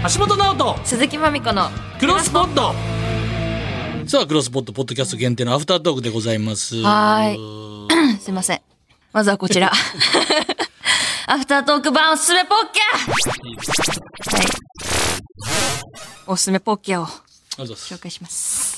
橋本直人鈴木まみこのクロスポット。さあクロスポットポッドキャスト限定のアフタートークでございます。 はいすいません。まずはこちらアフタートーク版おすすめポッキャ、はい、おすすめポッキャを紹介します。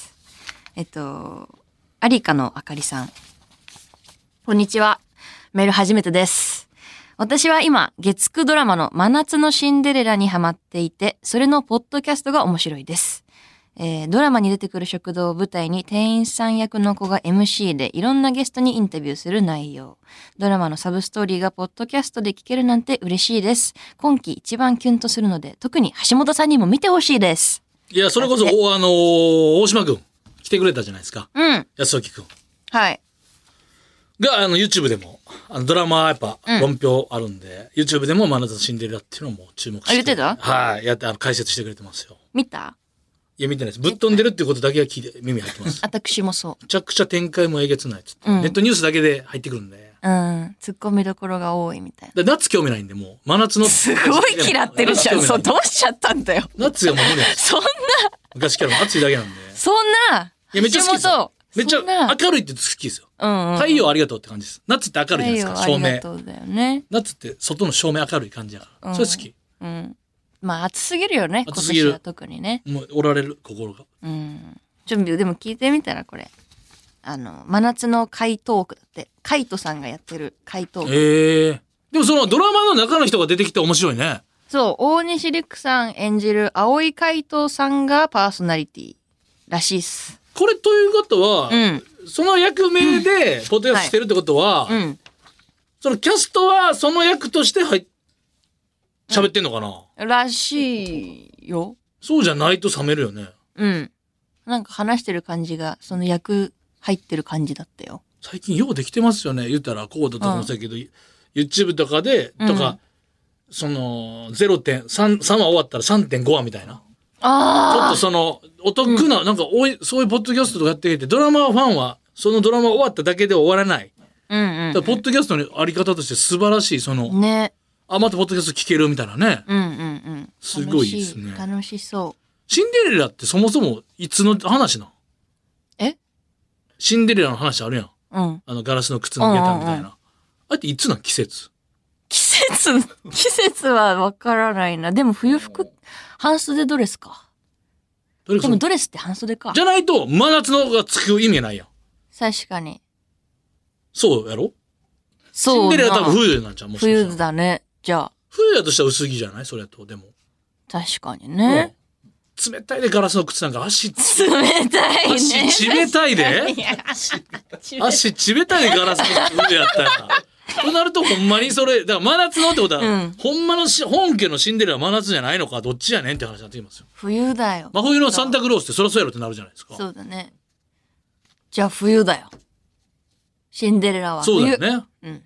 アリカのあかりさん、こんにちは。メール初めてです。私は今月9ドラマの真夏のシンデレラにハマっていて、それのポッドキャストが面白いです。ドラマに出てくる食堂を舞台に店員さん役の子が MC でいろんなゲストにインタビューする内容。ドラマのサブストーリーがポッドキャストで聞けるなんて嬉しいです。今期一番キュンとするので、特に橋本さんにも見てほしいです。 いや、それこそ大島くん来てくれたじゃないですか。 うん。 安沖くん。 はい。 がYouTube でもドラマはやっぱ論評あるんで、YouTube でも真夏のシンデレラっていうのも注目して。 言ってた？ はい、やって解説してくれてますよ。 見た？ いや見てないです。ぶっ飛んでるっていうことだけは聞いて耳入ってます。 私もそう。 めちゃくちゃ展開もえげつないっつって、ネットニュースだけで入ってくるんで。 うん。突っ込みどころが多いみたいな。 夏興味ないんで、もう真夏のすごい嫌ってるじゃん。そう、どうしちゃったんだよ。 夏がもう無理です。 そんな昔から暑いだけなんで。 そんな。 いやめっちゃ好きですよ。めっちゃ明るいって好きですよ。太陽ありがとうって感じです。夏って明るいじゃないですか。照明。ありがとうだよね。夏って外の照明明るい感じやから。それ好き。 うん。まあ暑すぎるよね。 暑すぎる。 今年は特にね。 もうおられる心が。 うん。でも聞いてみたらこれ。真夏の怪盗区だって。カイトさんがやってる怪盗区。 でもそのドラマの中の人が出てきて面白いね。 そう。大西陸さん演じる青井怪盗さんがパーソナリティらしいっす。 これということは、その役名でポッドキャストしてるってことは、そのキャストはその役として喋ってんのかな、 らしいよ。 そうじゃないと冷めるよね。 うん。なんか話してる感じが、その役入ってる感じだったよ。 最近ようできてますよね。言ったらコードとかもそうやけど、YouTube とかで、とか、その0.3 話終わったら 3.5 話みたいな。ちょっとそのお得な、なんかそういうポッドキャストとかやっていて、ドラマファンはそのドラマ終わっただけで終わらない。ポッドキャストのあり方として素晴らしい、その、ね。またポッドキャスト聞けるみたいなね。すごいですね。 楽しそう。 シンデレラってそもそもいつの話な？シンデレラの話あるやん。ガラスの靴脱げたみたいな。あれっていつなん？季節はわからないな。でも冬服、半袖ドレスか。でもドレスって半袖か。 じゃないと真夏のがつく意味ないやん。 確かに。 そうやろ？ そう。 シンデレラ多分冬なんちゃう？ 冬だね。じゃあ。 冬やとしたら薄着じゃない？それとでも。 確かにね。 冷たいでガラスの靴なんか足冷たいね。 足冷たいで足冷たいでガラスの靴やったら。となるとほんまにそれだから真夏のってことは、ほんまの本家のシンデレラは真夏じゃないのかどっちやねんって話になってきますよ。 冬だよ。 真冬のサンタクロースってそりゃそうやろってなるじゃないですか。 そうだね。じゃあ冬だよ。シンデレラは冬。 そうだよね。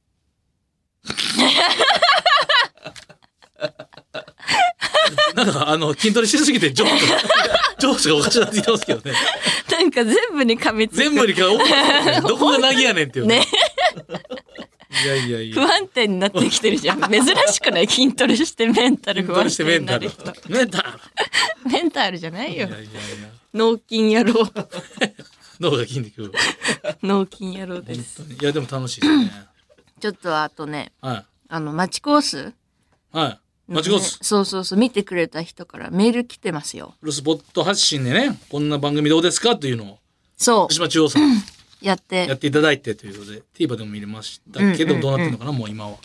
なんか筋トレしすぎて上司がおかしなってきてますけどね。 なんか全部に噛みつく。 全部にどこがなぎやねんっていうね。いや不安定になってきてるじゃん。珍しくない？筋トレしてメンタル不安定になる人。メンタルじゃないよ。脳筋野郎。 脳が筋肉。 脳筋野郎です。 いやでも楽しいですね。 ちょっとあとね、マチコース。 マチコース。 そう見てくれた人からメール来てますよ。 クロスポット発信でね、こんな番組どうですかというのを。 そう。 福島中央さん。やっていただいてということで TVer でも見れましたけど、どうなってるのかなもう今は。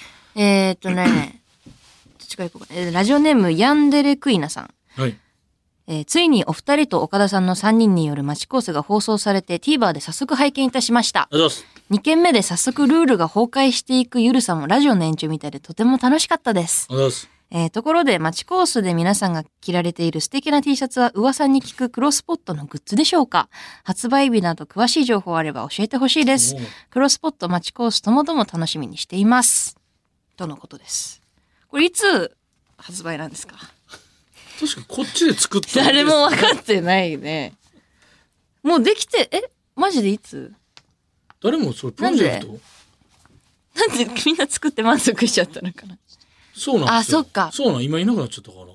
近い子がラジオネームヤンデレクイナさん。 はい。 ついにお二人と岡田さんの3人によるマチコースが放送されて TVer で早速拝見いたしました。2件目で早速ルールが崩壊していくゆるさもラジオの延長みたいでとても楽しかったです。ところでマチコースで皆さんが着られている素敵な T シャツは噂に聞くクロスポットのグッズでしょうか？発売日など詳しい情報あれば教えてほしいです。クロスポットマチコースともども楽しみにしています。とのことです。これいつ発売なんですか？ 確かこっちで作った、 誰も分かってないね。もうできて、マジでいつ？ 誰もそれプロジェクト？ なんでみんな作って満足しちゃったのかな。 そうなんですよ。 そっか。 そうなん、今いなくなっちゃったから。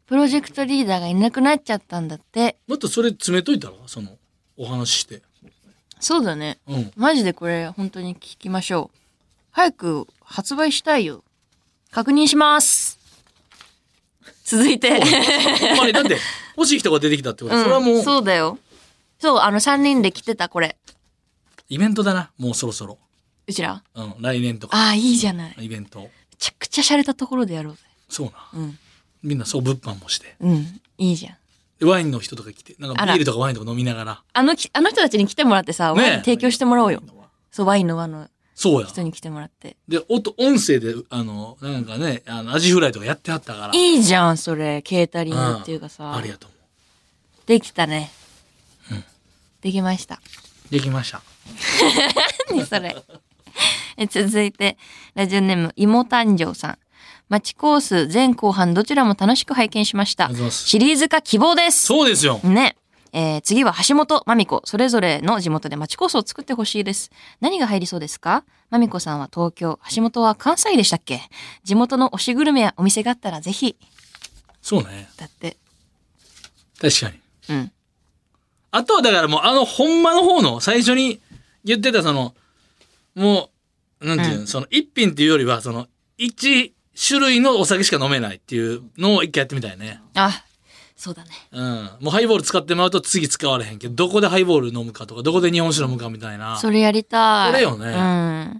プロジェクトリーダーがいなくなっちゃったんだって。 もっとそれ詰めといたらそのお話して。 そうだね。 うん。 マジでこれ本当に聞きましょう。早く発売したいよ。確認します。続いて。 ほんまにだって欲しい人が出てきたってこと、 うん、 それはもう。 そうだよ。そう、3人で来てたこれ。 イベントだな、もうそろそろ。 うちら？ うん、来年とか。 ああ、いいじゃない。 イベント。めちゃくちゃ洒落たところでやろうぜ。 そうな。 うん。 みんなそう物販もして。 うん、いいじゃん。 でワインの人とか来て、なんかビールとかワインとか飲みながら。 あの人たちに来てもらってさ、ワイン提供してもらおうよ。そう、ワインの輪のそうや。 人に来てもらって。 で、音声で、なんかね、アジフライとかやってはったから。 いいじゃん、それ。ケータリングっていうかさ。 ありがとう。 できたね。 うん。 できました。 できました。 何それ。続いて、ラジオネーム、芋誕生さん。マチコース前後半どちらも楽しく拝見しました。シリーズ化希望です。 そうですよ。 ね。次は橋本、まみこ、それぞれの地元でマチコースを作ってほしいです。何が入りそうですか？まみこさんは東京、橋本は関西でしたっけ？地元の推しグルメやお店があったらぜひ。 そうね。 だって。 確かに。 うん。 あとはだからもうほんまの方の最初に言ってたもう、なんていうの、その一品っていうよりは、一種類のお酒しか飲めないっていうのを一回やってみたいね。 あ、そうだね。 うん。もうハイボール使ってもらうと次使われへんけど、どこでハイボール飲むかとか、どこで日本酒飲むかみたいな。 それやりたい。 それよね。 うん。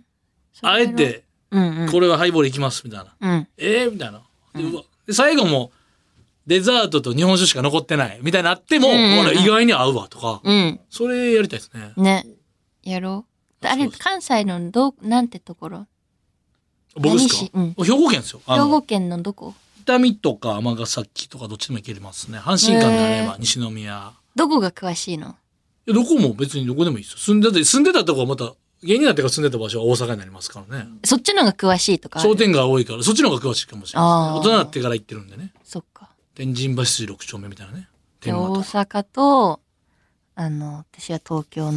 あえて、これはハイボールいきますみたいな。 うん。 みたいな。で最後も、デザートと日本酒しか残ってないみたいなあっても、ほら意外に合うわとか。 うん。 それやりたいですね。 ね。やろう。あれ、関西のなんてところ？ 僕ですか？兵庫県ですよ。 兵庫県のどこ？ 伊丹とか尼崎とかどっちでも行けますね。阪神間であれば西宮。 どこが詳しいの？ どこも別にどこでもいいですよ。住んでたとこはまた、芸人になってから住んでた場所は大阪になりますからね。 そっちのが詳しいとかある？ 商店街多いから、そっちの方が詳しいかもしれないです、ね。大人になってから行ってるんでね。 そっか。 天神橋筋6丁目みたいなね。 大阪と、私は東京、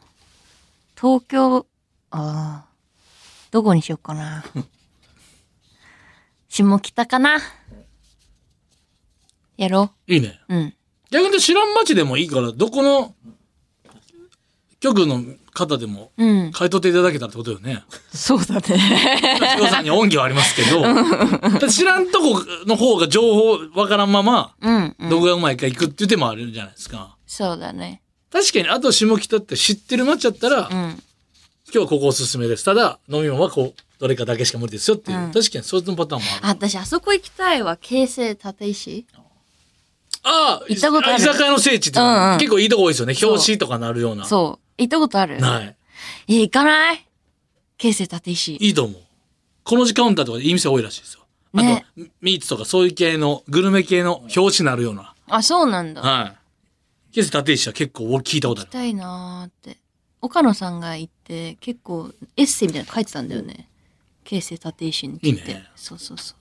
どこにしようかな。下北かな。やろう。いいね。 うん。 逆に知らん街でもいいから、どこの局の方でも買い取っていただけたらってことよね。 そうだね。 千代さんに恩義はありますけど、知らんとこの方が情報わからんまま、どこがうまいか行くっていう手もあるじゃないですか。 そうだね。 確かに、あと下北って知ってる街だったら、今日はここおすすめです。ただ、飲み物はどれかだけしか無理ですよっていう。確かにそういうパターンもある。 私、あそこ行きたいわ。京成立石。 ああ、 行ったことある。 居酒屋の聖地って、結構いいとこ多いですよね。表紙とかなるような。 そう。行ったことある？ ない。 行かない？京成立石。 いいと思う。この時カウンターとかでいい店多いらしいですよ。ね、あと、ミーツとかそういう系の、グルメ系の表紙になるような。 あ、そうなんだ。 はい。京成立石は結構俺聞いたことある。 行きたいなーって。岡野さんが行って結構エッセイみたいなの書いてたんだよね。京成立石に来て。 いいね。 そうそうそう。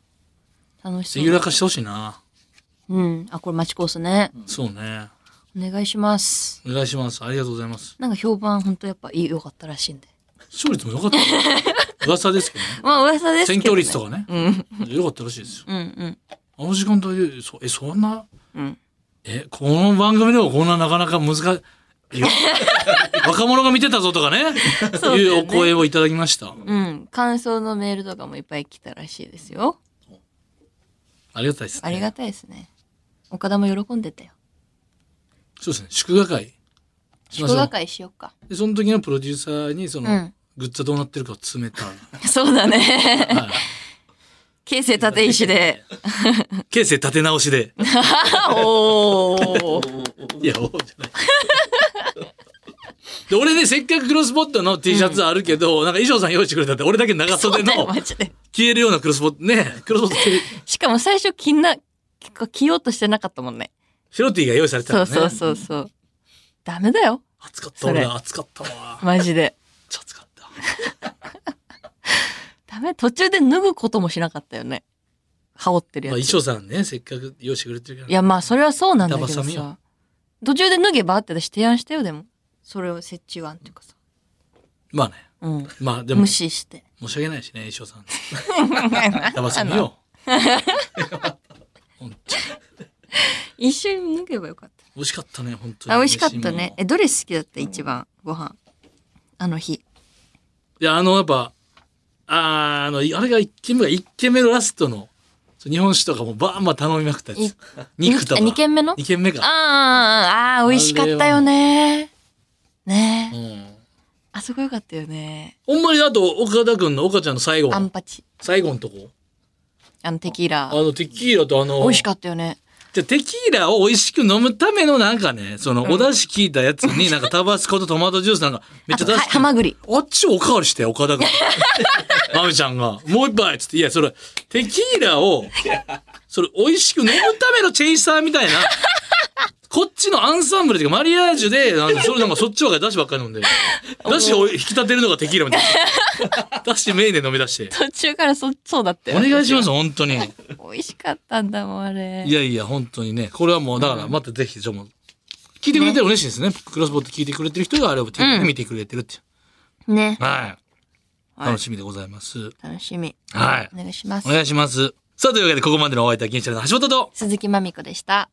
楽しそう。 ゆらかしてほしいな。 うん。あ、これマチコースね。 そうね。 お願いします。 お願いします。ありがとうございます。 なんか評判ほんとやっぱ良かったらしいんで。 視聴率も良かった。噂ですけどね。 まあ噂ですけど、ね。 選挙率とかね。良かったらしいですよ。あの時間帯で、そんな、この番組でもこんななかなか難しい。若者が見てたぞとかね。いうお声をいただきました。 感想のメールとかもいっぱい来たらしいですよ。 ありがたいですね。 ありがたいですね。岡田も喜んでたよ。 そうですね。祝賀会。 祝賀会しようか。 で、その時のプロデューサーに、グッズはどうなってるかを詰めた。 そうだね。はい。京成立石で。 京成立て直しで。 おー。 いや、おーじゃない。で、俺ね、せっかくクロスポットの T シャツあるけど、なんか衣装さん用意してくれたって、俺だけ長袖の、消えるようなクロスポット、ね、クロスポット。 しかも最初着ようとしてなかったもんね。 白 T が用意されてたのね。そう。ダメだよ。 暑かった、俺暑かったわ。 マジで。 ちょっと暑かった。 ダメ、途中で脱ぐこともしなかったよね。羽織ってるやつ。 まあ衣装さんね、せっかく用意してくれてるから。 いや、まあそれはそうなんだけどさ。途中で脱げばって私提案したよ、でも。それを折衷案っていうかさ。 まあね。まあでも。 無視して。 申し訳ないしね、衣装さん。ダバサミよ。本当に。 一緒に抜けばよかった。 美味しかったね、本当に。 美味しかったね。どれ好きだった一番ご飯。あの日。いや、やっぱ、あれが1軒目のラストの、日本酒とかもバーンバー頼みまくったやつ。肉とか。 2軒目の ?2 軒目か。 美味しかったよね。ねえ。 うん。 あそこよかったよね。 ほんまにあと、岡田くんの岡ちゃんの最後。 アンパチ。 最後のとこ。 テキーラ。 テキーラと美味しかったよね。 じゃテキーラを美味しく飲むためのなんかね、お出汁効いたやつになんかタバスコとトマトジュースなんかめっちゃ出して。 ハマグリ。 あっちおかわりして岡田が。まみちゃんが、もう一杯っつって、いや、それ、テキーラを、美味しく飲むためのチェイサーみたいな、こっちのアンサンブルっていうかマリアージュで、そっちばっかり出汁ばっかり飲んで、出汁を引き立てるのがテキーラみたいな。出汁メインで飲み出して。 途中からそうだったよ。 お願いします、本当に。 美味しかったんだもん、あれ。 いやいや、本当にね。これはもう、だからまたぜひ、聞いてくれてる嬉しいですね。クロスボット聞いてくれてる人があれを見てくれてるっていう。 ね。 はい。楽しみでございます。 楽しみ。 はい。 お願いします。 お願いします。さあ、というわけで、ここまでのお相手は銀シャリの橋本と鈴木まみこでした。